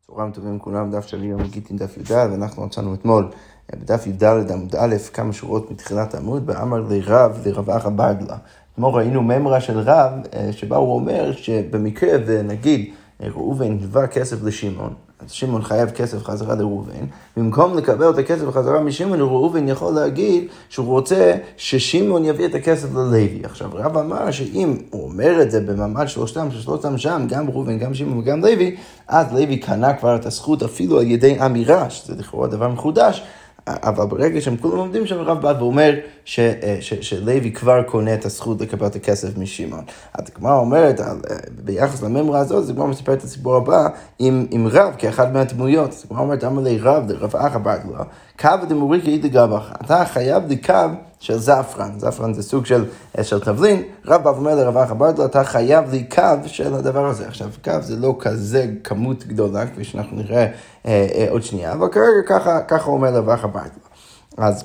צהריים טובים כולם, דף שלי יום גיטין דף י"ד, ואנחנו מצאנו אתמול בדף י"ד עמוד א' כמה שורות מתחילת העמוד, באמר לרב אחא ברגלא. אתמול ראינו ממרה של רב שבה הוא אומר שבמקרה ונגיד ראובן הלווה כסף לשמעון, אז שמעון חייב כסף חזרה לראובן, במקום לקבל את הכסף חזרה משמעון, ראובן יכול להגיד שהוא רוצה ששמעון יביא את הכסף ללוי. עכשיו רב אמר שאם הוא אומר את זה במעמד שלושתם שם, גם ראובן, גם שמעון וגם לוי, אז לוי קנה כבר את הזכות אפילו על ידי אמירה, שזה לכאורה דבר מחודש, אבל ברגע שהם כולם עומדים שם, רב בא ואומר שלוי כבר קונה את הזכות לקבל את הכסף משמעון. אז הגמרא אומרת, ביחס לממרה הזאת, אז הגמרא מספר את הסיפור הבא עם רב כאחד מהדמויות. אז הגמרא אומרת, אמר לי רב אחא ברגלא, קו דמורי כאיד לגבך, אתה חייב לי קו של זפרן. זפרן זה סוג של תבלין. רב בא ואומר לרב אחא ברגלא, אתה חייב לי קו של הדבר הזה. עכשיו, קו זה לא כזה כמות גדולה, כפי שאנחנו נראה עוד שנייה, אבל כרגע ככה אומר לרב אחא ברגלא. אז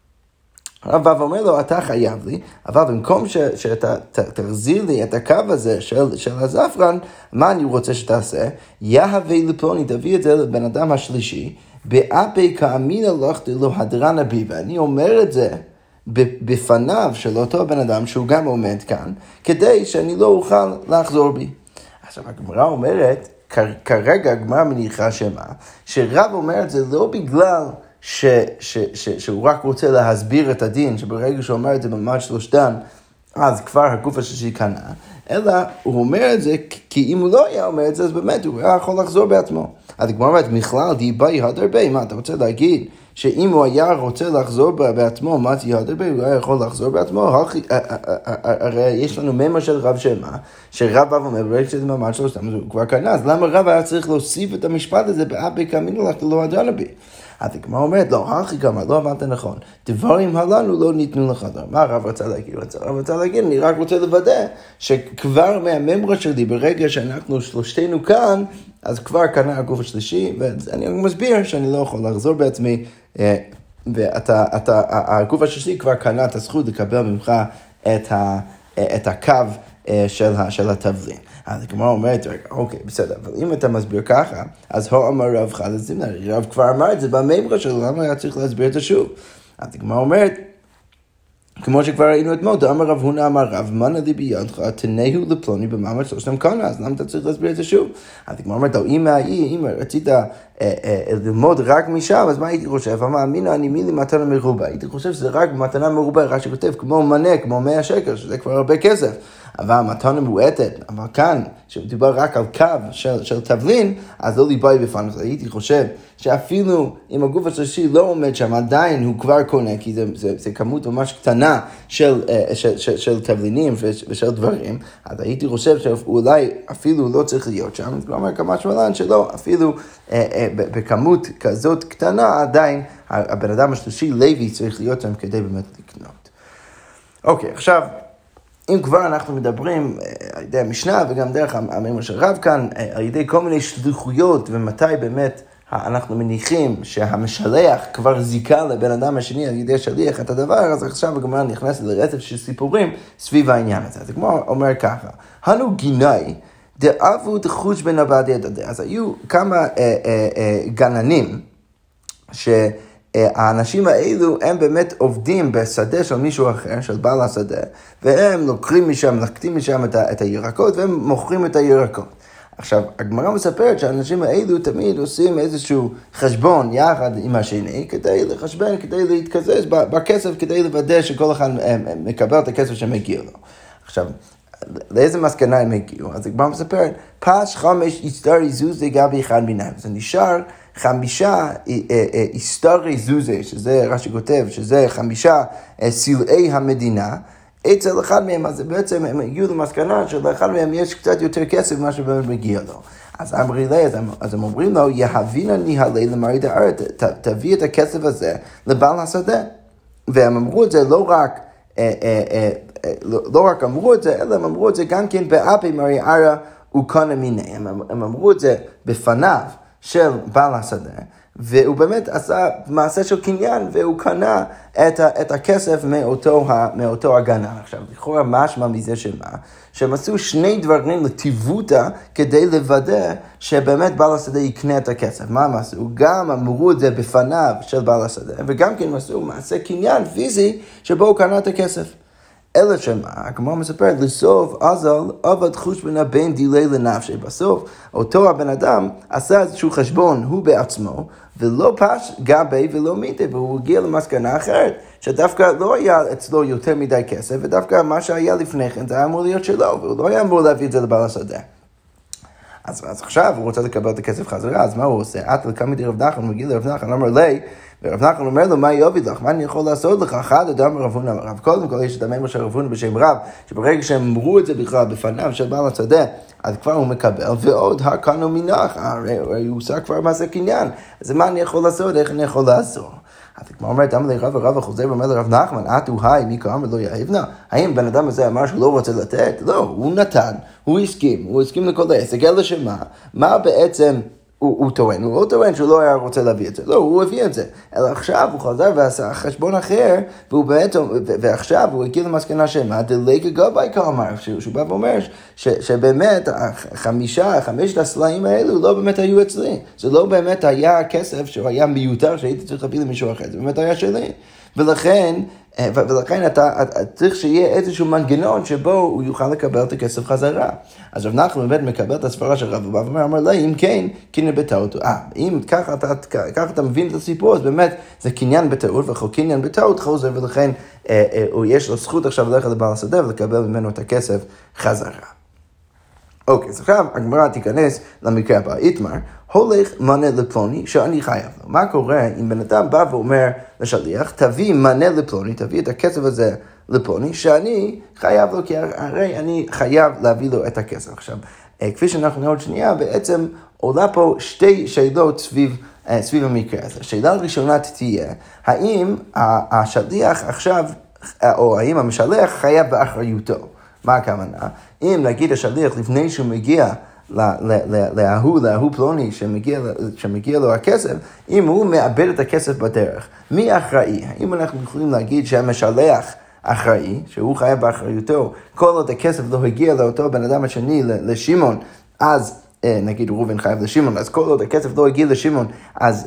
רב בא ואומר לו, אתה חייב לי, אבל במקום שאתה תחזיר לי את הקו הזה של הזפרן, מה אני רוצה שתעשה? יהווה לפלוני, תביא את זה לבן אדם השלישי, באפי כאמינא לך דלא הדרן בי, ואני אומר את זה בפניו של אותו בן אדם שהוא גם עומד כאן, כדי שאני לא אוכל לחזור בי. עכשיו הגמרא אומרת, כרגע הגמרא מניחה שמה, שרב אומר את זה לא בגלל שהוא רק רוצה להסביר את הדין, שברגע שהוא אומר את זה במעמד שלושתן, אז כבר הגוף השלישי קנה, אלא הוא אומר את זה, כי אם הוא לא היה אומר את זה, אז באמת הוא היה יכול לחזור בעצמו. אז הגמרא אומרת, מכלל דיבאי הדרבי, מה אתה רוצה להגיד? שאם הוא היה רוצה לחזור בעצמו, מה תהיה הדרבי? הוא היה יכול לחזור בעצמו? הרי יש לנו ממה של רב שמה, שרב בא ואומר, ברגע שזה ממש שלושתם, אז הוא כבר קנה, אז למה רב היה צריך להוסיף את המשפט הזה, באפי כאמינא לך דלא הדרן בי? אז הגמרא אומרת, לא, כמה, לא הבנת נכון. דברים הללו לא ניתנו לך. מה הרב רצה להגיד? הרב רצה להגיד, אני רק רוצה לוודא שכבר מהממרה שלי, ברגע שאנחנו שלושתנו כאן, אז כבר קנה הגוף השלישי, ואני מסביר שאני לא יכול לחזור בעצמי, והגוף השלישי כבר קנה את הזכות לקבל ממך את הקו של התבלין. אז הגמרא אומרת, אוקיי, בסדר, אבל אם אתה מסביר ככה, אז הוא אמר רב חד זימנה, רב כבר אמר את זה בממרה שלו, למה היה צריך להסביר את זה שוב? אז הגמרא אומרת, כמו שכבר ראינו אתמול, אמר רב הונא אמר רב, מנא לי בידך, תנהו לפלוני במעמד שלושתם קנה, אז למה אתה צריך להסביר את זה שוב? אז הגמרא אומרת, אם רצית ללמוד רק משם, אז מה הייתי חושב? אמר, אמינא אני מילי מתנה מרובה, הייתי חושב שזה רק מתנה מרובה, רק שכותב כמו מנה, כמו 100 שקל, שזה כבר הרבה כסף. אבל מתנה מועטת, אבל כאן, שמדובר רק על קו של תבלין, אז לא ליבאי בפניו. הייתי חושב שאפילו אם הגוף השלישי לא עומד שם, עדיין הוא כבר קונה, כי זה כמות ממש קטנה של תבלינים ושל דברים, אז הייתי חושב שאולי אפילו לא צריך להיות שם, כלומר כמה שמלן שלא, אפילו בכמות כזאת קטנה, עדיין הבן אדם השלישי, לוי, צריך להיות שם כדי באמת לקנות. אוקיי, עכשיו, אם כבר אנחנו מדברים על ידי המשנה וגם דרך הממרה של רב כאן, על ידי כל מיני שליחויות ומתי באמת אנחנו מניחים שהמשלח כבר זיקה לבן אדם השני על ידי שליח את הדבר, אז עכשיו הגמרא נכנסת לרצף של סיפורים סביב העניין הזה. אז הגמרא אומר ככה, הנו גיני דאבו דחוש בין עבדי הדדה. אז היו כמה גננים האנשים האלו הם באמת עובדים בשדה של מישהו אחר, של בעל השדה, והם לוקחים משם, לקטים משם את הירקות, והם מוכרים את הירקות. עכשיו, הגמרא מספרת שהאנשים האלו תמיד עושים איזשהו חשבון יחד עם השני, כדי לחשבן, כדי להתקזז בכסף, כדי לוודא שכל אחד מקבל את הכסף שמגיע לו. עכשיו, לאיזה מסקנה הם הגיעו? אז הגמרא מספרת, פש 5 איסתרי זוזי גבי אחד מיניים. זה נשאר 5 איסתרי זוזי, שזה רש"י כותב, שזה 5 סלעי המדינה, אצל אחד מהם, אז בעצם הם הגיעו למסקנה שלאחד מהם יש קצת יותר כסף ממה שבאמת מגיע לו. אז אמרי לי, אז הם אומרים לו, יהבינה ניהלי למראית הארץ, תביא את הכסף הזה לבעל השדה. והם אמרו את זה לא רק אמרו את זה, אלא הם אמרו את זה גם כן באפי מרי ערה וקונה מיני. הם אמרו את זה בפניו של בעל השדה, והוא באמת עשה מעשה של קניין, והוא קנה את הכסף מאותו הגנן. עכשיו, לכאורה משמע מזה שהם עשו שני דברים לטיבותה, כדי לוודא שבאמת בעל השדה יקנה את הכסף. מה הם עשו? גם אמרו את זה בפניו של בעל השדה, וגם כן עשו מעשה קניין פיזי, שבו הוא קנה את הכסף. אלא שמה, כמו מספרת, לסוף אזל עבד חושבנה בין דילי לנפשי. בסוף, אותו הבן אדם עשה איזשהו חשבון, הוא בעצמו, ולא פש גבי ולא מיתי, והוא הגיע למסקנה אחרת, שדווקא לא היה אצלו יותר מדי כסף, ודווקא מה שהיה לפני כן, זה היה אמור להיות שלו, והוא לא היה אמור להביא את זה לבעל השדה. אז עכשיו הוא רוצה לקבל את הכסף חזרה, אז מה הוא עושה? את לקמידי רב נחמן, מגיע לרב נחמן, אמר לי, ורב נחמן אומר לו, מה יוביל לך? מה אני יכול לעשות לך? אחד אדם רב הונא, רב קודם כל יש את המאמר של רב הונא בשם רב, שברגע שהם אמרו את זה בכלל בפניו של בעל השדה, אז כבר הוא מקבל, ועוד הקנו מנח, הרי הוא עושה כבר מעשה קניין, אז מה אני יכול לעשות? איך אני יכול לעזור? אז כמו אומרת, אמר לי רב החוזר ואומר לרב נחמן, אתו היי, מי כאמר לא יאהבנה? האם בן אדם הזה אמר שהוא לא רוצה לתת? לא, הוא נתן, הוא הסכים לכל העסק, אלא שמה? מה בעצם הוא טוען? הוא לא טוען שהוא לא היה רוצה להביא את זה, לא, הוא הביא את זה. אלא עכשיו הוא חזר ועשה חשבון אחר, ועכשיו הוא הגיע למסקנה שמה? דליקה גבי כאמר, שהוא בא ואומר שבאמת חמשת הסלעים האלו לא באמת היו אצלי. זה לא באמת היה הכסף שהוא היה מיותר שהייתי צריך להביא למישהו אחר, זה באמת היה שלי. ולכן אתה צריך שיהיה איזשהו מנגנון שבו הוא יוכל לקבל את הכסף חזרה. אז רב נחמן באמת מקבל את הסברה של רב, ואומר לי, אם כן, קניין בטעות. אם ככה אתה מבין את הסיפור, אז באמת זה קניין בטעות, וכל קניין בטעות חוזר, ולכן יש לו זכות עכשיו ללכת לבעל השדה ולקבל ממנו את הכסף חזרה. אוקיי, אז עכשיו הגמרא תיכנס למקרה הבא. איתמר, הולך מנה לפלוני שאני חייב לו. מה קורה אם בן אדם בא ואומר לשליח, תביא מנה לפלוני, תביא את הכסף הזה לפלוני, שאני חייב לו, כי הרי אני חייב להביא לו את הכסף. עכשיו, כפי שאנחנו נראה עוד שנייה, בעצם עולה פה שתי שאלות סביב המקרה הזה. השאלה הראשונה תהיה, האם השליח עכשיו, או האם המשלח חייב באחריותו? מה הכוונה? אם נגיד השליח לפני שהוא מגיע להוא פלוני שמגיע לו הכסף, אם הוא מאבד את הכסף בדרך, מי אחראי? האם אנחנו יכולים להגיד שהמשלח אחראי, שהוא חייב באחריותו, כל עוד הכסף לא הגיע לאותו בן אדם השני, לשמעון, אז נגיד ראובן חייב לשמעון, אז כל עוד הכסף לא הגיע לשמעון, אז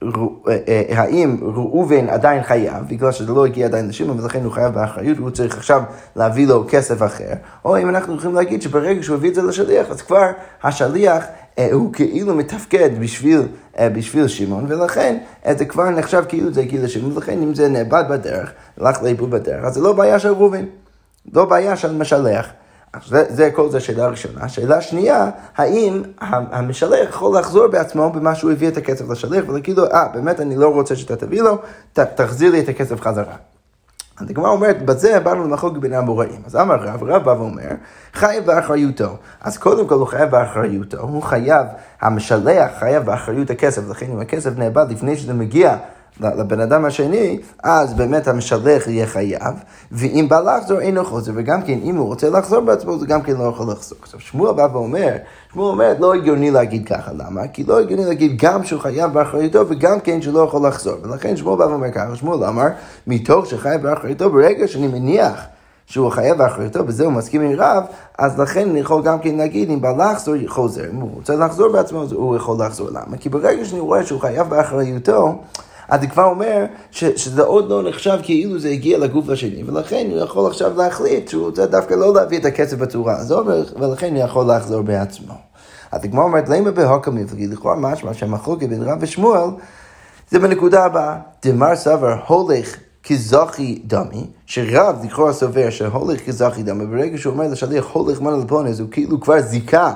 האם ראובן עדיין חייב, בגלל שזה לא הגיע עדיין לשמעון, ולכן הוא חייב באחריות, הוא צריך עכשיו להביא לו כסף אחר, או אם אנחנו יכולים להגיד שברגע שהוא הביא את זה לשליח, אז כבר השליח הוא כאילו מתפקד בשביל שמעון, ולכן זה כבר נחשב כאילו זה הגיע לשמעון, ולכן אם זה נאבד בדרך, הלך לאיבוד בדרך, אז זה לא בעיה של ראובן, לא בעיה של משלח. זה כל זה שאלה ראשונה. שאלה שנייה, האם המשלח יכול לחזור בעצמו במה שהוא הביא את הכסף לשליח, ולהגיד לו, באמת אני לא רוצה שאתה תביא לו, תחזיר לי את הכסף חזרה. הגמרא אומרת, בזה באנו למחלוקת בין האמוראים. אז אמר רב בא ואומר, חייב באחריותו. אז קודם כל הוא חייב באחריותו, הוא חייב, המשלח חייב באחריות הכסף, לכן אם הכסף נאבד לפני שזה מגיע לבן אדם השני, אז באמת המשלח יהיה חייב, ואם בא לחזור אינו חוזר, וגם כן אם הוא רוצה לחזור בעצמו, זה גם כן לא יכול לחזור. עכשיו שמואל בא ואומר, לא הגיוני להגיד ככה, למה? כי לא הגיוני להגיד גם שהוא חייב באחריותו, וגם כן שהוא לא יכול לחזור, ולכן שמואל בא ואומר ככה, שמואל אמר, מתוך שחייב באחריותו, ברגע שאני מניח שהוא חייב באחריותו, וזה הוא מסכים עם רב, אז לכן אני יכול גם כן להגיד, אם בא לחזור, חוזר, אם הוא רוצה לחזור בעצמו, אז הוא יכול לחזור. למה? כי ברגע שאני רואה שהוא חייב באחריותו, אז זה כבר אומר שזה עוד לא נחשב כאילו זה הגיע לגוף השני, ולכן הוא יכול עכשיו להחליט שהוא רוצה דווקא לא להביא את הכסף בצורה הזו, ולכן הוא יכול לחזור בעצמו. אז זה כבר אומרת, למה בהוקם מפלגי, לכאורה משמע שהמחלוקת בין רב ושמואל, זה בנקודה הבאה, דמר סבר הולך כזכי דמי, שרב לכאורה סובר שהולך כזכי דמי, ברגע שהוא אומר לשליח הולך מנה לפלוני, אז הוא כאילו כבר זיקה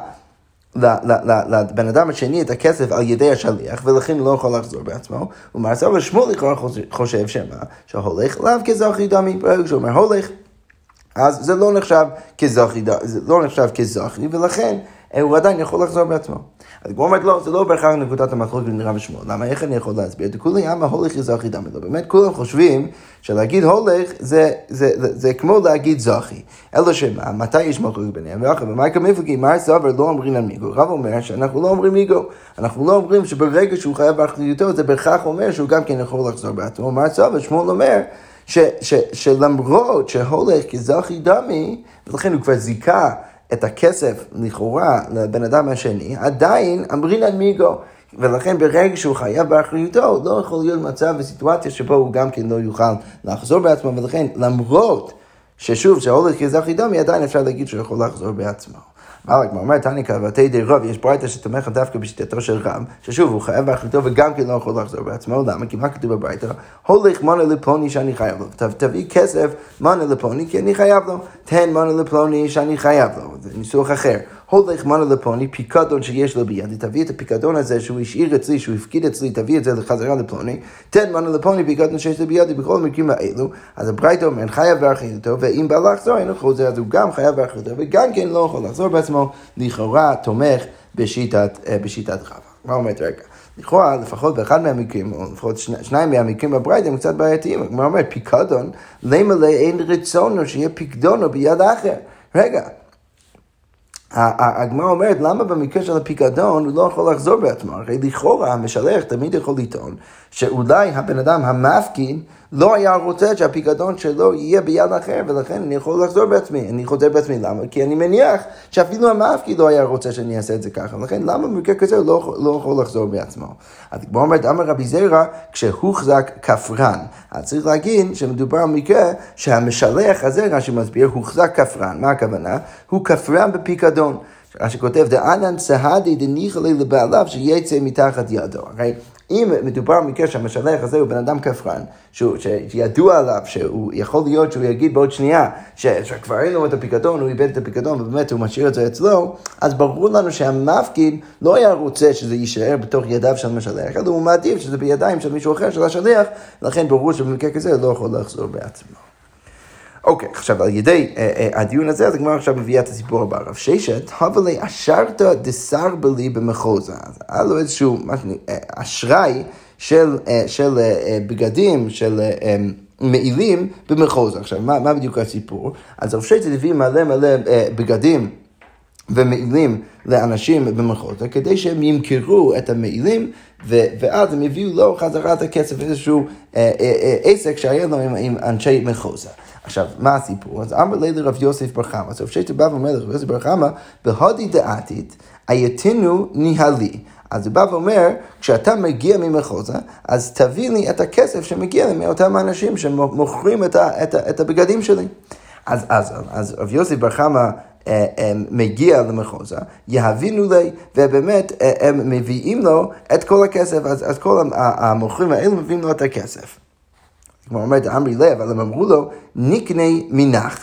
לבן אדם השני את הכסף על ידי השליח, ולכן לא יכול לחזור בעצמו. ומעשה אבל שמואל לכאורה חושב שמה, שהולך לאו כזכי דמי, ברגע שהוא אומר הולך, אז זה לא נחשב כזכי, ולכן הוא עדיין יכול לחזור בעצמו. אז כמו אומרת, לא, זה לא בהכרח נקודת המחלוקת בין רב ושמואל. למה? איך אני יכול להסביר? דכולי עמא הולך יזכי דמי לו. באמת כולם חושבים שלהגיד הולך זה כמו להגיד זכי. אלא שמה, מתי יש מחלוקת ביניהם? ואחר, במייקה מפלגי, מר סבר לא אומרים על מיגו. רב אומר שאנחנו לא אומרים מיגו. אנחנו לא אומרים שברגע שהוא חייב באחריותו, זה בהכרח אומר שהוא גם כן יכול לחזור בעצמו. מר סבר, שמואל אומר שלמרות שהולך כזכי דמי, ולכן הוא כבר זיקה את הכסף לכאורה לבן אדם השני, עדיין אמרינן מיגו. ולכן ברגע שהוא חייב באחריותו, לא יכול להיות מצב וסיטואציה שבו הוא גם כן לא יוכל לחזור בעצמו, ולכן למרות ששוב שהולך כזכי דמי, עדיין אפשר להגיד שהוא יכול לחזור בעצמו. אבל כמו אומר תניקה ובתי די רב, יש ברייתא שתומכת דווקא בשיטתו של רב, ששוב הוא חייב באחריותו וגם כן לא יכול לחזור בעצמו. למה? כי מה כתוב בברייתא? הולך מונה לפלוני שאני חייב לו. תביא כסף מונה לפלוני כי אני חייב לו. תן מונה לפלוני שאני חייב לו. זה ניסוח אחר. הולך מונה לפלוני, פיקדון שיש לו ביד, תביא את הפיקדון הזה שהוא השאיר אצלי, שהוא הפקיד אצלי, תביא את זה לחזרה לפלוני, תן מונה לפלוני פיקדון שיש לו ביד, בכל המקרים האלו, אז הברייתא אומר, חייב באחריותו, ואם בא לחזור, אינו חוזר, אז הוא גם חייב באחריותו, וגם כן לא יכול לחזור בעצמו, לכאורה תומך בשיטת רבא. מה אומרת רגע? לכאורה, לפחות באחד מהמקרים, או לפחות שניים מהמקרים בברייתא הם קצת בעייתיים, כמו אומרת, פיקדון, למלא אין רצונו שיהיה פיקדונו ביד אחר. רגע, הגמרא אומרת, למה במקרה של הפיקדון הוא לא יכול לחזור בעצמו? הרי לכאורה המשלח תמיד יכול לטעון שאולי הבן אדם המפקיד לא היה רוצה שהפיקדון שלו יהיה ביד אחר, ולכן אני יכול לחזור בעצמי. אני חוזר בעצמי, למה? כי אני מניח שאפילו המפקיד לא היה רוצה שאני אעשה את זה ככה, ולכן למה במקרה כזה הוא לא יכול לחזור בעצמו? אז כמו אומרת, אמר רבי זירא, כשהוחזק כפרן, אז צריך להגיד שמדובר על מקרה שהמשלח הזה, רש"י מסביר, הוחזק כפרן. מה הכוונה? הוא כפרן בפיקדון. רש"י כותב, דאנן צהדי דניחא לי לבעליו שיצא מתחת ידו. הרי אם מדובר במקרה שהמשלח הזה הוא בן אדם כפרן, שידוע עליו שהוא יכול להיות שהוא יגיד בעוד שנייה שכבר אין לו את הפיקדון, הוא איבד את הפיקדון ובאמת הוא משאיר את זה אצלו, אז ברור לנו שהמפקיד לא היה רוצה שזה יישאר בתוך ידיו של המשלח, אלא הוא מעדיף שזה בידיים של מישהו אחר של השליח, לכן ברור שבמקרה כזה הוא לא יכול לחזור בעצמו. אוקיי, עכשיו על ידי הדיון הזה, אז הגמרא עכשיו מביאה את הסיפור הבא. רב ששת, הבלי אשרתא דסרבלי במחוזה. אז היה לו איזשהו אשראי של בגדים, של מעילים במחוזה. עכשיו, מה בדיוק הסיפור? אז רב ששת הביא מלא בגדים ומעילים לאנשים במחוזה, כדי שהם ימכרו את המעילים, ואז הם הביאו לו חזרה את הכסף, איזשהו עסק שהיה לו עם אנשי מחוזה. עכשיו, מה הסיפור? אז אמר לי לרב יוסף בר חמא, אז רב ששת בא ואומר לרב יוסף בר חמא, בהודי דעתית, הייתנו ניהלי. אז הוא בא ואומר, כשאתה מגיע ממחוזה, אז תביא לי את הכסף שמגיע לי מאותם האנשים שמוכרים את הבגדים שלי. אז רב יוסף בר חמא מגיע למחוזה, יהבינו לי, ובאמת הם מביאים לו את כל הכסף, אז כל המוכרים האלה מביאים לו את הכסף. כמו אומרת, אמרי לי, אבל הם אמרו לו, נקנה מנח.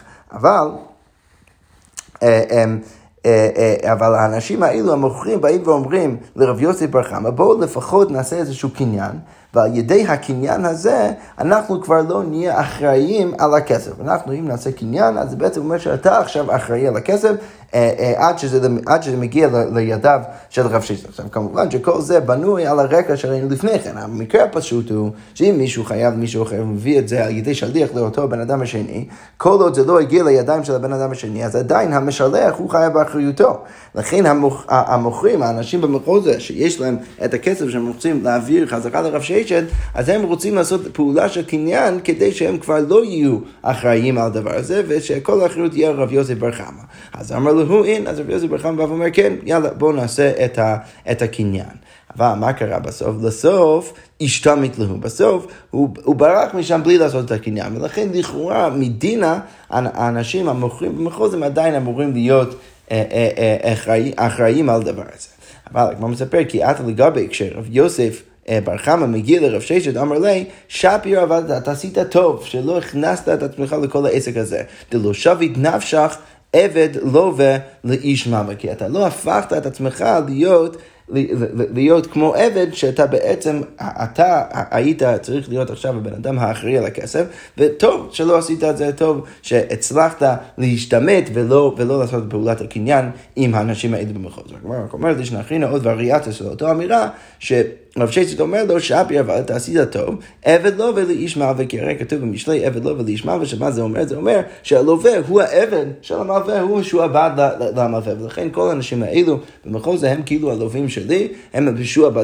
אבל האנשים האלו המוכרים באים ואומרים לרב יוסף בר חמא, בואו לפחות נעשה איזשהו קניין, ועל ידי הקניין הזה אנחנו כבר לא נהיה אחראים על הכסף. אנחנו אם נעשה קניין, אז זה בעצם אומר שאתה עכשיו אחראי על הכסף, עד שזה מגיע לידיו של רב ששת. עכשיו כמובן שכל זה בנוי על הרקע שלנו לפני כן. המקרה הפשוט הוא שאם מישהו חייב מישהו אחר מביא את זה על ידי שליח לאותו בן אדם השני, כל עוד זה לא הגיע לידיים של הבן אדם השני, אז עדיין המשלח הוא חייב באחריותו. לכן המוכרים, האנשים במחוזה שיש להם את הכסף שהם רוצים להעביר חזרה לרב ששת, אז הם רוצים לעשות פעולה של קניין כדי שהם כבר לא יהיו אחראים על הדבר הזה, ושכל האחריות יהיה רב יוסף בר חמא. אז אמר לו, אז רב יוסף בר חמא בא ואומר, כן, יאללה, בואו נעשה את הקניין. אבל מה קרה בסוף? לסוף השתמט לו. בסוף הוא ברח משם בלי לעשות את הקניין, ולכן לכאורה מדינה, האנשים המוכרים במחוז הם עדיין אמורים להיות אחראים על הדבר הזה. אבל כמו מספר, כי אתה לגבי כשרב יוסף בר חמא מגיע לרב ששת, אמר לי, שפיר אבל אתה עשית טוב, שלא הכנסת את עצמך לכל העסק הזה. דלא שביט נפשך עבד לווה לאיש ממה, כי אתה לא הפכת את עצמך להיות להיות כמו עבד, שאתה בעצם, אתה היית צריך להיות עכשיו הבן אדם האחראי על הכסף, וטוב שלא עשית את זה, טוב שהצלחת להשתמט ולא לעשות פעולת הקניין עם האנשים האלה במחוז. כלומר, אומר לי שנכרינה עוד וריאציה של אותו אמירה, רב שייסט אומר לו, שפי אבל אתה עשית טוב, עבד לו ולאיש מלווה, כי הרי כתוב במשלי עבד לו ולאיש מלווה, שמה זה אומר? זה אומר שהלווה הוא העבד של המלווה, הוא משועבד למלווה, ולכן כל האנשים האלו במחוז הם כאילו הלווים שלי, הם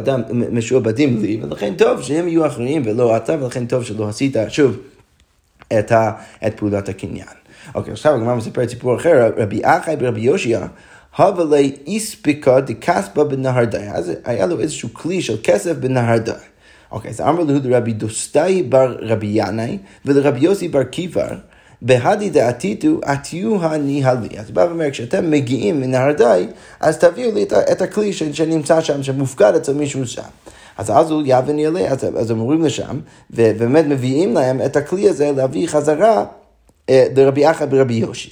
משועבדים לי, ולכן טוב שהם יהיו אחראים ולא אתה, ולכן טוב שלא עשית שוב את פעולת הקניין. אוקיי, עכשיו הגמרא מספר סיפור אחר, רבי אחי ברבי יושיע, הבלי איספיקה דקספה בנהרדאי. אז היה לו איזשהו כלי של כסף בנהרדאי. אוקיי, אז אמר לו לרבי דוסטאי בר רבי ינאי ולרבי יוסי בר קיבר, בהדי דעתיתו עתיו הניהלי. אז בא ואומר, כשאתם מגיעים מנהרדאי, אז תביאו לי את הכלי שנמצא שם, שמופקד אצל מישהו שם. אז הוא יבן יעלה, אז הם אומרים לשם, ובאמת מביאים להם את הכלי הזה להביא חזרה לרבי אחי ברבי יושיע.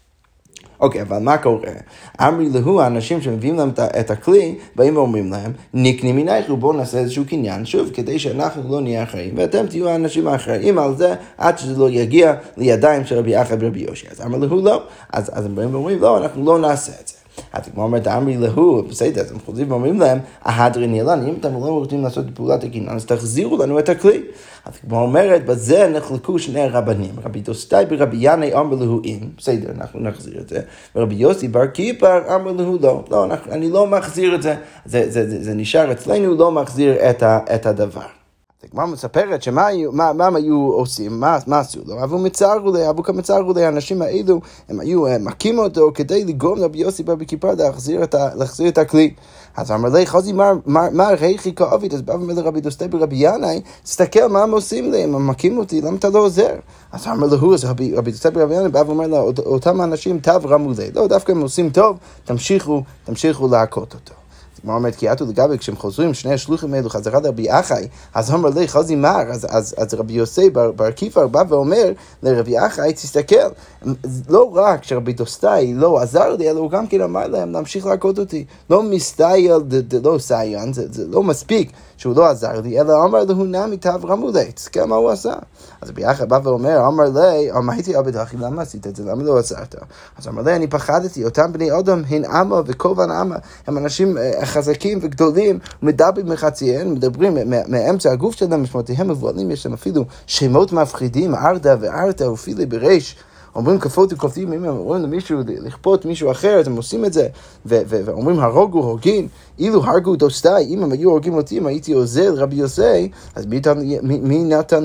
אוקיי, אבל מה קורה? אמרי להו, האנשים שמביאים להם את הכלי, באים ואומרים להם, נקני מנייכו, בואו נעשה איזשהו קניין, שוב, כדי שאנחנו לא נהיה אחראים, ואתם תהיו האנשים האחראים על זה, עד שזה לא יגיע לידיים של רבי אחי ברבי יושיע. אז אמר להו לא, אז הם באים ואומרים, לא, אנחנו לא נעשה את זה. אז כמו אומרת, אמרי להו, בסדר, אז הם חוזרים ואומרים להם, ההדרי נילן, אם אתם לא רוצים לעשות פעולת הקניין, אז תחזירו לנו את הכלי. אז כמו אומרת, בזה נחלקו שני רבנים, רבי דוסטאי ברבי ינאי אמר להו אם, בסדר, אנחנו נחזיר את זה, ורבי יוסי בר קיפר אמר להו לא, אני לא מחזיר את זה, זה נשאר אצלנו, לא מחזיר את הדבר. הגמרא מספרת שמה הם היו עושים, מה עשו לו? אבו כמצארו לי, האנשים האלו, הם היו מכים אותו כדי לגרום לרבי יוסי ברבי קיפר להחזיר את הכלי. אז אמר לי, חזי, מה ריחי כאבית? אז בא ואומר לרבי דוסטאי ברבי ינאי, תסתכל מה הם עושים לי, הם מכים אותי, למה אתה לא עוזר? אז אמר לו, אז רבי דוסטאי ברבי ינאי בא ואומר לו, אותם האנשים טוב רמו לי, לא, דווקא הם עושים טוב, תמשיכו להכות אותו. כמו אומרת, כי עתו לגבי, כשהם חוזרים, שני השלוחים האלו חזרה לרבי אחי, אז אמר לי, חזי מר, אז רבי יוסי בר קיפר בא ואומר לרבי אחי, תסתכל, לא רק שרבי דוסטאי לא עזר לי, אלא הוא גם כן אמר להם, להמשיך להכות אותי, לא מסתייל, לא סייען, זה לא מספיק שהוא לא עזר לי, אלא אמר לו, נמי תב רמו לי, תסתכל מה הוא עשה. אז רבי אחי בא ואומר, אמר לי, הייתי עבד אחי, למה עשית את זה? למה לא עזרת? אז אמר לי, אני פחדתי, אותם בני אדם הן אמה וכובן אמה, הם אנשים חזקים וגדולים, מדברים מחציהם, מדברים מאמצע הגוף שלהם, משמעותיהם מבועלים, יש להם אפילו שמות מפחידים, ארדה וארתה ופילי בריש, אומרים כפות וכופתים, אם הם אומרים למישהו לכפות מישהו אחר, אז הם עושים את זה, ואומרים הרגו, הוגין, אילו הרגו דוסטאי, אם הם היו הורגים אותי, אם הייתי עוזר רבי יוסי, אז מי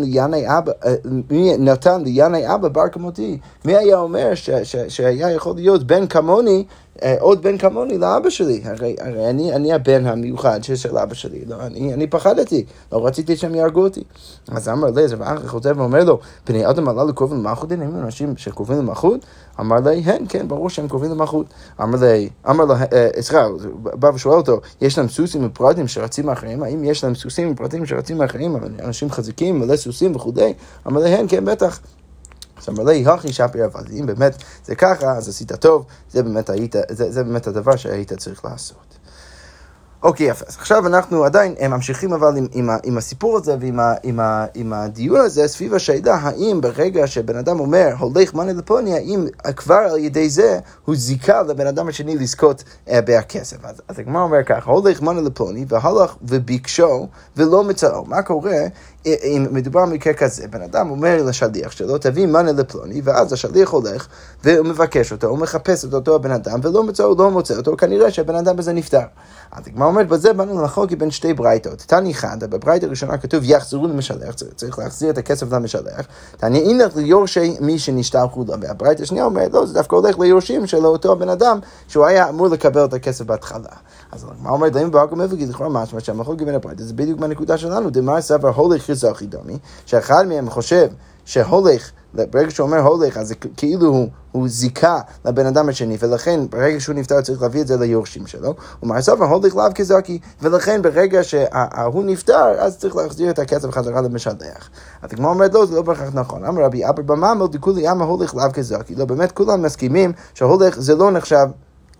נתן לינאי אבא בר כמותי? מי היה אומר שהיה יכול להיות בן כמוני, עוד בן כמוני לאבא שלי? הרי אני הבן המיוחד של אבא שלי, אני פחדתי, לא רציתי שהם יהרגו אותי. אז אמר לי, זה ואחר חוזר ואומר לו, בני אדם עלה לקרובים למלכות, הם אנשים שקרובים למלכות? אמר לי, כן, ברור שהם קרובים למלכות. אמר לו, סליחה, בא ושואל אותו, יש להם סוסים ופרטים שרצים מאחרים? האם יש להם סוסים ופרטים שרצים מאחרים? אנשים חזקים, מלא סוסים וכו'. אמר לי, כן, בטח. אז אמר לי, הכי שפיר, אבל אם באמת זה ככה, אז עשית טוב, זה באמת הדבר שהיית צריך לעשות. אוקיי, יפה. אז עכשיו אנחנו עדיין ממשיכים אבל עם הסיפור הזה ועם הדיון הזה סביב השאלה, האם ברגע שבן אדם אומר, הולך מנה לפוני, האם כבר על ידי זה הוא זיקה לבן אדם השני לזכות בכסף. אז הגמרא אומר ככה, הולך מנה לפוני, והלך וביקשו ולא מצאו. מה קורה אם מדובר במקרה כזה? בן אדם אומר לשליח שלו, תביא מנה לפלוני, ואז השליח הולך והוא מבקש אותו, הוא מחפש את אותו הבן אדם, ולא מצאו, לא מוצא אותו, כנראה שהבן אדם בזה נפטר. אז הגמרא אומרת, בזה באנו לחלוק בין שתי ברייתות. תני אחד, בברייתא הראשונה כתוב, יחזרו למשלח, צריך להחזיר את הכסף למשלח. תני אינך ליורשי מי שנשתלחו לו. והברייתא השנייה אומרת, לא, זה דווקא הולך ליורשים של אותו הבן אדם, שהוא היה אמור לקבל את הכסף בהתחלה. אז הגמרא אומרת, להם בהגו מבגיד, לכאורה משמע שהמחלוק בין הברייתא, זה בדיוק מהנקודה שלנו, דמר סבר הולך חזכי דמי, שאחד מהם חושב שהולך, ברגע שהוא אומר הולך, אז כאילו הוא זיקה לבן אדם השני, ולכן ברגע שהוא נפטר צריך להביא את זה ליורשים שלו, ומעשב הולך לאו כזכי, ולכן ברגע שהוא נפטר, אז צריך להחזיר את הכסף חזרה למשלח. אז כמו אומרת, לא, זה לא בהכרח נכון. אמר רבי אבא במאמר, דכולי אמה הולך לאו כזכי. לא, באמת כולם מסכימים שהולך זה לא נחשב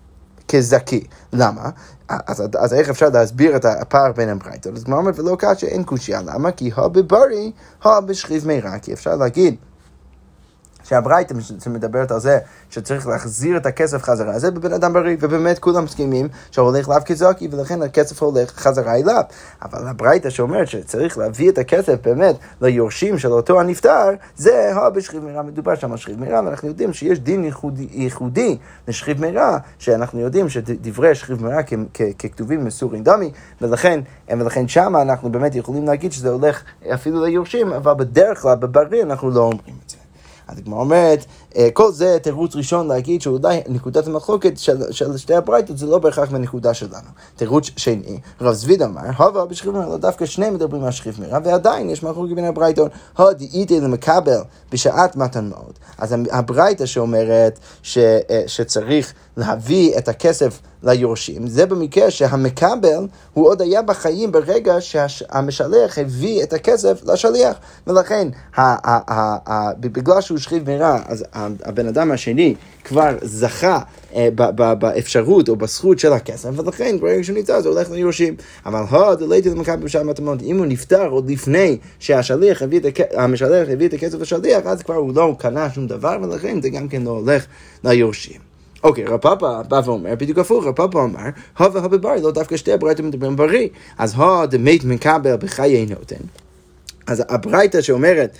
כזכי. למה? אז איך אפשר להסביר את הפער בין הברייתות? אז כמו אומרת, ולא קשה, אין קושיה. למה? כי בבריא, בשכיב מהירה. כי אפשר להגיד שהברייתא שמדברת על זה שצריך להחזיר את הכסף חזרה, זה בבן אדם בריא, ובאמת כולם מסכימים שהוא הולך לאו כזכי, ולכן הכסף הולך חזרה אליו. אבל הברייתא שאומרת שצריך להביא את הכסף באמת ליורשים של אותו הנפטר, זה בשכיב מהירה, מדובר שם על שכיב מהירה, ואנחנו יודעים שיש דין ייחודי לשכיב מהירה, שאנחנו יודעים שדברי שכיב מהירה ככתובים מסורים דמי, ולכן שם אנחנו באמת יכולים להגיד שזה הולך אפילו ליורשים, אבל בדרך כלל בבריא אנחנו לא אומרים את זה. אז כמו אומרת, כל זה תירוץ ראשון להגיד שאולי נקודת המחלוקת של שתי הברייתות זה לא בהכרח מהנקודה שלנו. תירוץ שני, רב זביד אמר, הווה בשכיב מהירה, לא דווקא שניהם מדברים על שכיב מהירה, ועדיין יש מחלוקת בין הברייתות, דאיתי למקבל בשעת מתן מאוד. אז הברייתא שאומרת שצריך להביא את הכסף ליורשים, זה במקרה שהמקבל הוא עוד היה בחיים ברגע שהמשלח הביא את הכסף לשליח, ולכן בגלל שהוא שכיב מהירה, אז הבן אדם השני כבר זכה באפשרות או בזכות של הכסף, ולכן ברגע שהוא נפטר זה הולך ליורשים. אבל דלייתי למקבל בשעת מתן מאוד, אם הוא נפטר עוד לפני שהמשלח הביא את הכסף לשליח, אז כבר הוא לא קנה שום דבר, ולכן זה גם כן לא הולך ליורשים. אוקיי, רב פאפא בא ואומר, בדיוק הפוך, רב פאפא אמר, הווה בבריא, לא דווקא שתי הברייתות מדברים בריא, אז דמית מקבל בחיי נותן. אז הברייתא שאומרת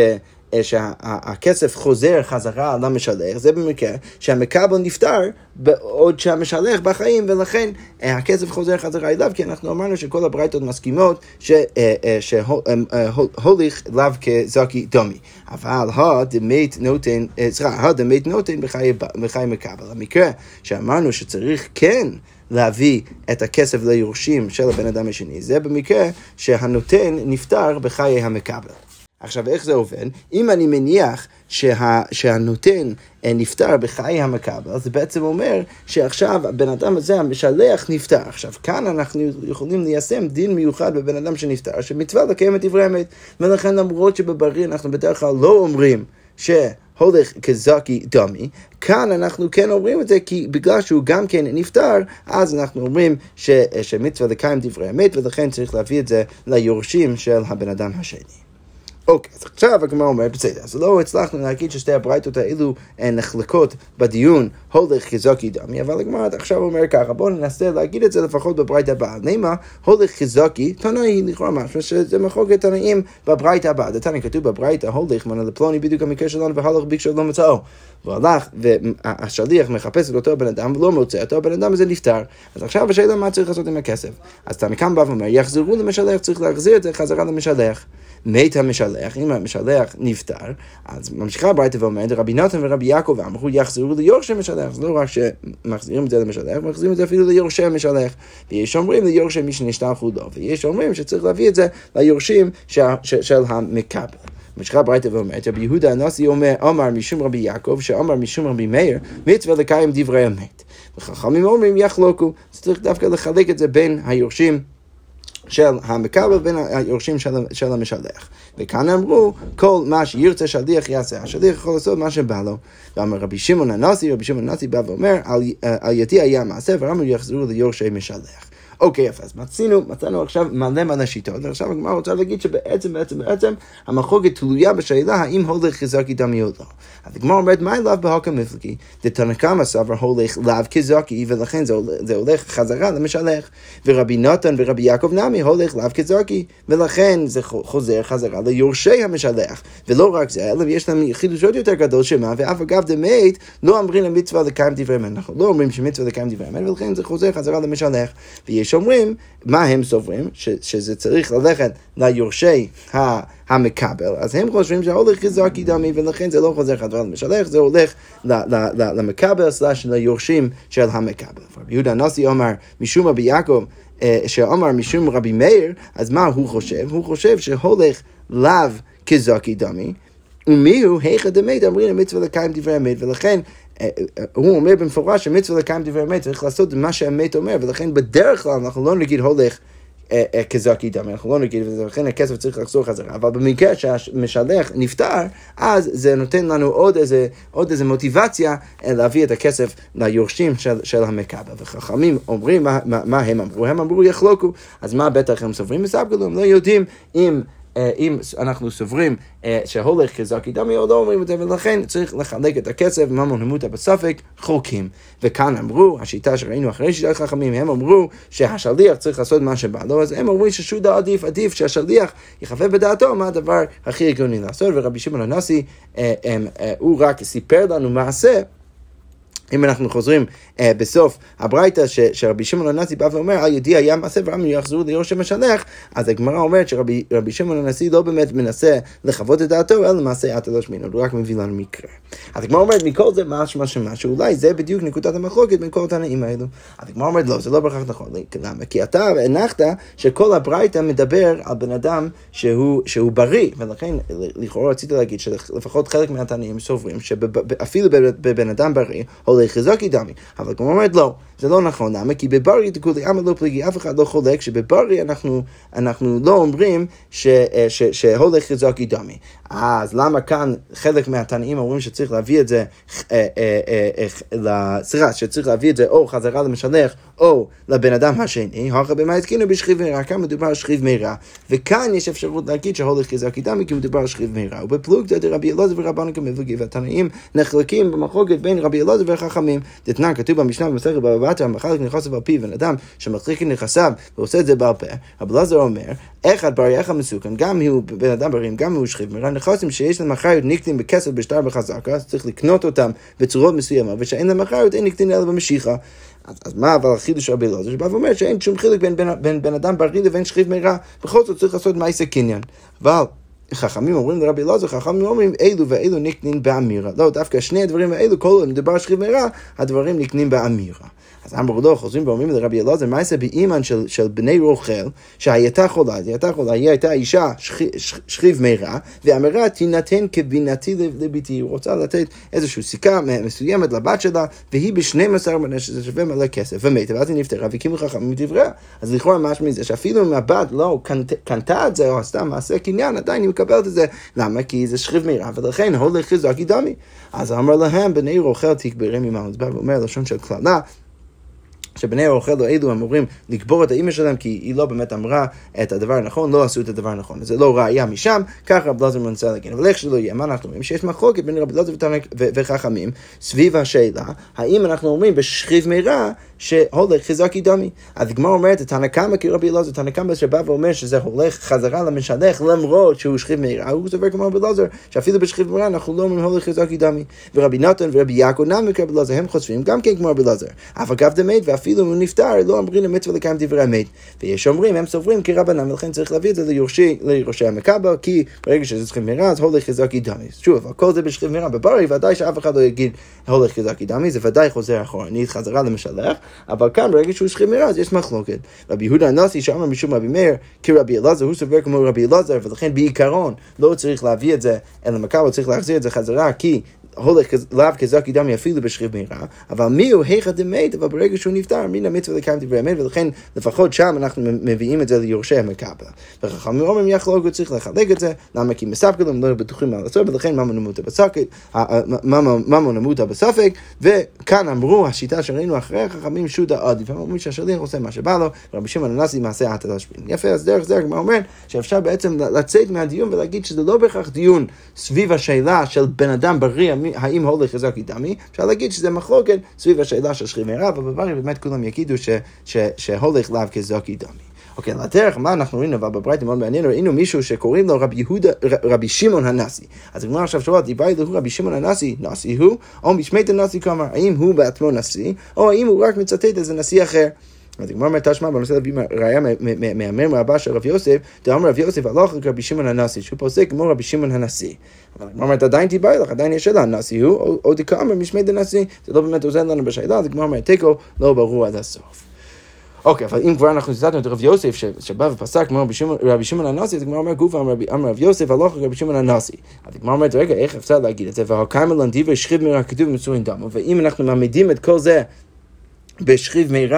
שהכסף חוזר חזרה למשלח, זה במקרה שהמקבל נפטר בעוד שהמשלח בחיים, ולכן הכסף חוזר חזרה אליו, כי אנחנו אמרנו שכל הברייתות מסכימות שהוליך לאו כזכי דמי. אבל הדמית נותן בחיי מקבל. המקרה שאמרנו שצריך כן להביא את הכסף ליורשים של הבן אדם השני, זה במקרה שהנותן נפטר בחיי המקבל. עכשיו, איך זה עובד? אם אני מניח שהנותן נפטר בחיי המקבל, זה בעצם אומר שעכשיו הבן אדם הזה, המשלח, נפטר. עכשיו, כאן אנחנו יכולים ליישם דין מיוחד בבן אדם שנפטר, שמצווה לקיים את דברי אמת. ולכן למרות שבבריא אנחנו בדרך כלל לא אומרים הולך כזכי דמי, כאן אנחנו כן אומרים את זה, כי בגלל שהוא גם כן נפטר, אז אנחנו אומרים שמצווה לקיים דברי אמת, ולכן צריך להביא את זה ליורשים של הבן אדם השני. אוקיי, אז עכשיו הגמרא אומרת, בסדר, אז לא הצלחנו להגיד ששתי הברייתות האלו נחלקות בדיון הולך כזכי דמי, אבל הגמרא עכשיו אומר ככה, בואו ננסה להגיד את זה לפחות בברייתא הבאה. נאמר, הולך כזכי, תנאי לכאורה משהו, שזה מחלוקת תנאים בברייתא הבאה. דתניא כתוב בברייתא, הולך מנה לפלוני בדיוק המקרה שלנו, והלך ביקשו לא מצאו. והלך, והשליח מחפש את אותו בן אדם ולא מוצא אותו, הבן אדם הזה נפטר. אז עכשיו השאלה מה צריך לעשות עם הכסף? אז תניא כאן בא ואומר, יחזרו למשלח, צריך להחזיר את זה חזרה למשלח. מת המשלח, אם המשלח נפטר, אז ממשיכה הברייתא ואומרת, רבי נתן ורבי יעקב אמרו יחזרו ליורשי המשלח, זה לא רק שמחזירים את זה למשלח, מחזירים את זה אפילו ליורשי המשלח, ויש אומרים ליורשי מי שנשתלחו לו, ויש אומרים שצריך להביא את זה ליורשים של המקבל. ממשיכה הברייתא ואומרת, רבי יהודה הנשיא אמר משום רבי יעקב, שאמר משום רבי מאיר, מצווה לקיים דברי אמת. וחכמים אומרים יחלוקו, צריך דווקא לחלק את זה בין היורשים של המקבל בין היורשים של המשלח. וכאן אמרו, כל מה שירצה שליח יעשה. השליח יכול לעשות מה שבא לו. ואמר רבי שמעון הנשיא, בא ואומר, על ידי היה מעשה, ואמרו יחזרו ליורשי משלח. אוקיי, אז מצאנו עכשיו מלא שיטות, ועכשיו הגמרא רוצה להגיד שבעצם המחלוקת תלויה בשאלה האם הולך כזכי דמי או לא. אז הגמרא אומרת, מה לאו בהקא מפלגי? דתנא קמא סבר הולך לאו כזכי, ולכן זה הולך חזרה למשלח. ורבי נתן ורבי יעקב נמי הולך לאו כזכי, ולכן זה חוזר חזרה ליורשי המשלח. ולא רק זה, אלא יש להם חידוש עוד יותר גדול שמה, ואף אגב דמית לא אומרים למצווה לקיים דברי אמת. אנחנו לא אומרים שמצווה לקיים דברי אמת, ולכן זה חוזר חזרה למשלח. ויש אומרים, מה הם סוברים? שזה צריך ללכת ליורשי המקבל, אז הם חושבים שההולך כזכי דמי, ולכן זה לא חוזר חזרה למשלח, זה הולך למקבל / ליורשים של המקבל. רבי יהודה הנשיא אמר משום רבי יעקב, שאמר משום רבי מאיר, אז מה הוא חושב? הוא חושב שהולך לאו כזכי דמי, ומיהו היכא דמת אמרינן מצווה לקיים דברי אמת, ולכן הוא אומר במפורש שמצווה לקיים דברי אמת צריך לעשות מה שהאמת אומר, ולכן בדרך כלל אנחנו לא נגיד הולך כזקי דמי, אנחנו לא נגיד, ולכן הכסף צריך לחזור חזרה, אבל במקרה שהמשלח נפטר, אז זה נותן לנו עוד איזה מוטיבציה להביא את הכסף ליורשים של המקבל. וחכמים אומרים, מה הם אמרו? הם אמרו יחלוקו, אז מה בטח הם סוברים? מסבגלו, הם לא יודעים אם אנחנו סוברים שהולך כזקי דמי או לא אומרים את זה, ולכן צריך לחלק את הכסף, ממון המוטה בספק, חולקים. וכאן אמרו, השיטה שראינו אחרי שיטת חכמים, הם אמרו שהשליח צריך לעשות מה שבא לו, אז הם אומרים ששודה עדיף שהשליח יחווה בדעתו מה הדבר הכי הגיוני לעשות, ורבי שמעון הנשיא הוא רק סיפר לנו מעשה. אם אנחנו חוזרים בסוף הברייתא שרבי שמעון הנשיא בא ואומר, על ידי היה מעשה ואמרו יחזרו ליורש המשלח, אז הגמרא אומרת שרבי שמעון הנשיא לא באמת מנסה לחוות את דעתו, אלא למעשה עתה לא שמינו, הוא רק מביא לנו מקרה. אז הגמרא אומרת, מכל זה משמע שאולי זה בדיוק נקודת המחלוקת בין כל התנאים האלו. אז הגמרא אומרת, לא, זה לא בהכרח נכון. למה? כי אתה הנחת שכל הברייתא מדבר על בן אדם שהוא בריא, ולכן לכאורה רציתי להגיד שלפחות חלק מהתנאים סוברים שאפילו בבן אדם בריא הולך כזקי דמי. אבל כמו אומרת, לא, זה לא נכון. למה? כי בבריא תקולי עמד לא פליגי, אף אחד לא חולק שבבריא אנחנו לא אומרים שהולך כזקי דמי. אז למה כאן חלק מהתנאים אומרים שצריך להביא את זה, שצריך להביא את זה או חזרה למשלח או לבן אדם השני, הולכה במה התקינו בשכיב מהירה, כאן מדובר על שכיב מהירה, וכאן יש אפשרות להגיד שהולך כזקי דמי כי מדובר על שכיב מהירה, ובפלוגתא דרבי אלעזר ורבנו כמפלגי, והתנאים נחלקים במחלוקת בין רבי אלעזר וחכמים. דתנן כתוב במשנה במסכת בבא בתרא, מחלק נכסיו על פיו, בן אדם שמחליק נכסיו ועושה את זה בעל פה, רבי אלעזר אומר, אחד בריא אחד מסוכן, גם הוא בן אדם בריא, גם הוא שכיב מהירה, נכסים שיש להם אחריות נקטין בכסף בשטר בחזקה, אז צריך לקנות אותם בצורות מסוימות, ושאין להם אחריות אין נקטין אלא במשיכה. אז מה אבל החידוש רבי אלעזר שבא ואומר שאין שום חילוק בין בן אדם בריא לבין שכיב מהירה, בכל זאת צריך לעשות מעשה קניין. אבל חכמים אומרים לרבי אלעזר, חכמים אומרים אילו ואילו נקנים באמירה. לא, דווקא שני הדברים האלו, כל מדובר שכיב מהירה, הדברים נקנים באמירה. אז אמרו לו, חוזרים ואומרים לרבי אלעזר, מה יעשה באימן של בני רוכל, שהייתה חולה, היא הייתה אישה שכיב מהירה, ואמרה תינתן כבינתי לביתי, הוא רוצה לתת איזושהי סיכה מסוימת לבת שלה, והיא ב12 מנה שזה שווה מלא כסף, ומתה, ואז היא נפטרה, והקימו חכמים מדבריה. אז לכאורה משהו מזה, שאפילו אם הבת לא קנתה את זה, או עשתה מעשה קניין, עדיין היא מקבלת את זה. למה? כי זה שכיב מהירה, ולכן הולך כזקי דמי. אז אמר להם, בני רוכל תקברם עמם, אז בא ואומר לשון של כללה, שבני האוכל לא אלו אמורים לקבור את האמא שלהם, כי היא לא באמת אמרה את הדבר הנכון, לא עשו את הדבר הנכון. זה לא ראיה משם, ככה רבי אלעזר מנסה להגן. אבל איך שלא יהיה, מה אנחנו אומרים? שיש מחלוקת בין רבי אלעזר וחכמים סביב השאלה, האם אנחנו אומרים בשכיב מהירה שהולך כזקי דמי. אז הגמרא אומרת, תנא קמא כרבי אלעזר, תנא קמא שבא ואומר שזה הולך חזרה למשלח למרות שהוא שכיב מהירה, הוא סובר כמו רבי אלעזר, שאפילו בשכיב מהירה אנחנו לא אומרים הולך כזקי דמי. ורבי נתן ורבי יעקב נמי כרבי אלעזר, הם חושבים גם כן כמו רבי אלעזר. אף אגב דמת, ואפילו אם הוא נפטר, לא אמרים למצווה לקיים דברי המת. ויש אומרים, הם סוברים כרבנם, ולכן צריך להביא את זה ליורשי המקבל, כי ברגע שזה שכיב מהירה, אז הולך כזקי דמי. שוב, כל זה בשכיב מהירה בבריא, ודאי שאף אחד לא יגיד הולך כזקי דמי, זה ודאי חוזר אחורנית, חזרה למשלח, אבל כאן ברגע שהוא שכיב מהירה, אז יש מחלוקת. רבי יהודה הנשיא שאמר משום רבי מאיר, כרבי אלעזר, הוא סובר כמו רבי אלעזר, ולכן בעיקרון לא צריך להביא את זה אל המקבל, צריך להחזיר את זה חזרה, כי הולך לאו כזקי דמי אפילו בשכיב מהירה, אבל מי הוא היכא דמת, אבל ברגע שהוא נפטר, מן המצווה לקיים דברי המת, ולכן לפחות שם אנחנו מביאים את זה ליורשי המקבל. וחכמים אומרים יחלוקו, צריך לחלק את זה, למה? כי מספק הם לא בטוחים מה לעשות, ולכן ממון המוטה בספק, וכאן אמרו, השיטה שראינו אחרי החכמים שודה עדיף, הם אומרים שהשליח עושה מה שבא לו, ורבי שמעון הנשיא מעשה עתה לא שמינו. יפה, אז דרך זה הגמרא אומר שאפשר בעצם לצאת מהדיון ולהגיד שזה לא בהכרח דיון סביב השאלה של בן אדם בריא, האם הולך כזקי דמי, אפשר להגיד שזה מחלוקת סביב השאלה של שכיב מהירה, אבל בבריא באמת כולם יגידו שהולך לאו כזקי דמי. אוקיי, לדרך, מה אנחנו ראינו, אבל בברייתא מאוד מעניין, ראינו מישהו שקוראים לו רבי שמעון הנשיא. אז הגמרא עכשיו שואלת, דיברי לו רבי שמעון הנשיא, נשיא הוא, או משמית הנשיא כלומר, האם הוא בעצמו נשיא, או האם הוא רק מצטט איזה נשיא אחר. אז הגמרא אומרת תשמע, בנושא להביא ראיה מהמאמר רבה של רבי יוסף, דאמר רבי יוסף הלך רבי שמעון הנשיא, שהוא פוסק כמו רבי שמעון הנשיא. אבל הגמרא אומרת עדיין תיבאי לך, עדיין יש שאלה, נשיא הוא, או דקאמר משמית הנשיא, זה לא באמת עוזר לנו בשאלה, אז הגמרא אומרת תיקו, לא ברור עד הסוף. אוקיי, אבל אם כבר אנחנו ציטטנו את רבי יוסף שבא ופסק כמו רבי שמעון הנשיא, אז הגמרא אומר גוף אמר רבי יוסף הלך רבי שמעון הנשיא. אז הגמרא אומרת רגע, איך אפשר להגיד את זה? והקיימא לן דברי שכיב מהירה כתוב מצורין דמו, ואם אנחנו מעמידים את כל זה בשכיב מהירה,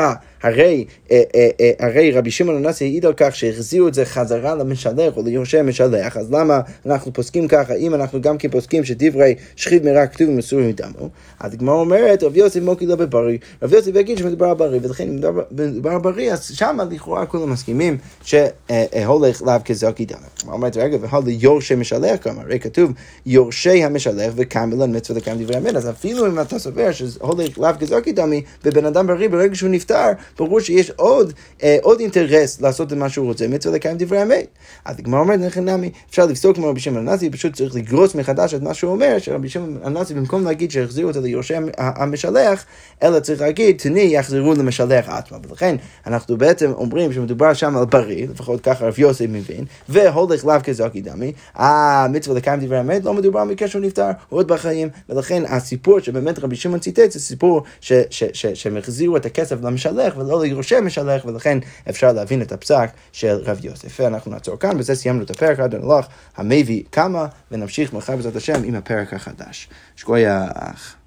הרי רבי שמעון הנשיא העיד על כך שהחזירו את זה חזרה למשלח או ליורשי המשלח, אז למה אנחנו פוסקים ככה, אם אנחנו גם כן פוסקים שדברי שחיד מרע כתובים מסורים מדמו? אז הגמרא אומרת, רבי יוסף מוקי לא בבריא, רבי יוסף יגיד שמדובר על בריא, ולכן אם מדובר על בריא, אז שם לכאורה כולם מסכימים שהולך לאו כזוקי דמי. הגמרא אומרת, רגע, והול ליורשי משלח כמה, הרי כתוב יורשי המשלח וקיים בלן מצווה לקיים דברי המת, אז אפילו אם אתה סובר שהולך לאו כזוקי דמי, ובן אדם בריא ברגע שהוא נפטר, ברור שיש עוד אינטרס לעשות את מה שהוא רוצה, מצווה לקיים דברי המת. אז הגמרא אומרת, נכנמי, אפשר לפסוק כמו רבי שמעון הנשיא, פשוט צריך לגרוס מחדש את מה שהוא אומר, שרבי שמעון הנשיא במקום להגיד שהחזירו אותה ליורשי המשלח, אלא צריך להגיד, תני יחזרו למשלח עצמה. ולכן אנחנו בעצם אומרים שמדובר שם על בריא, לפחות ככה רב יוסף מבין, והולך לאו כזוקי דמי, מצווה לקיים דברי המת, לא מדובר על מקרה שהוא נפטר, הוא עוד בחיים, ולכן הסיפור שבאמת רבי שמעון ציטט, זה סיפור שהם החזירו את הכסף למשלח ולא ליורשי המשלח, ולכן אפשר להבין את הפסק של רב יוסף. ואנחנו נעצור כאן, בזה סיימנו את הפרק, עד הלך המביא כמה, ונמשיך מחר בעזרת השם עם הפרק החדש. שכוייח.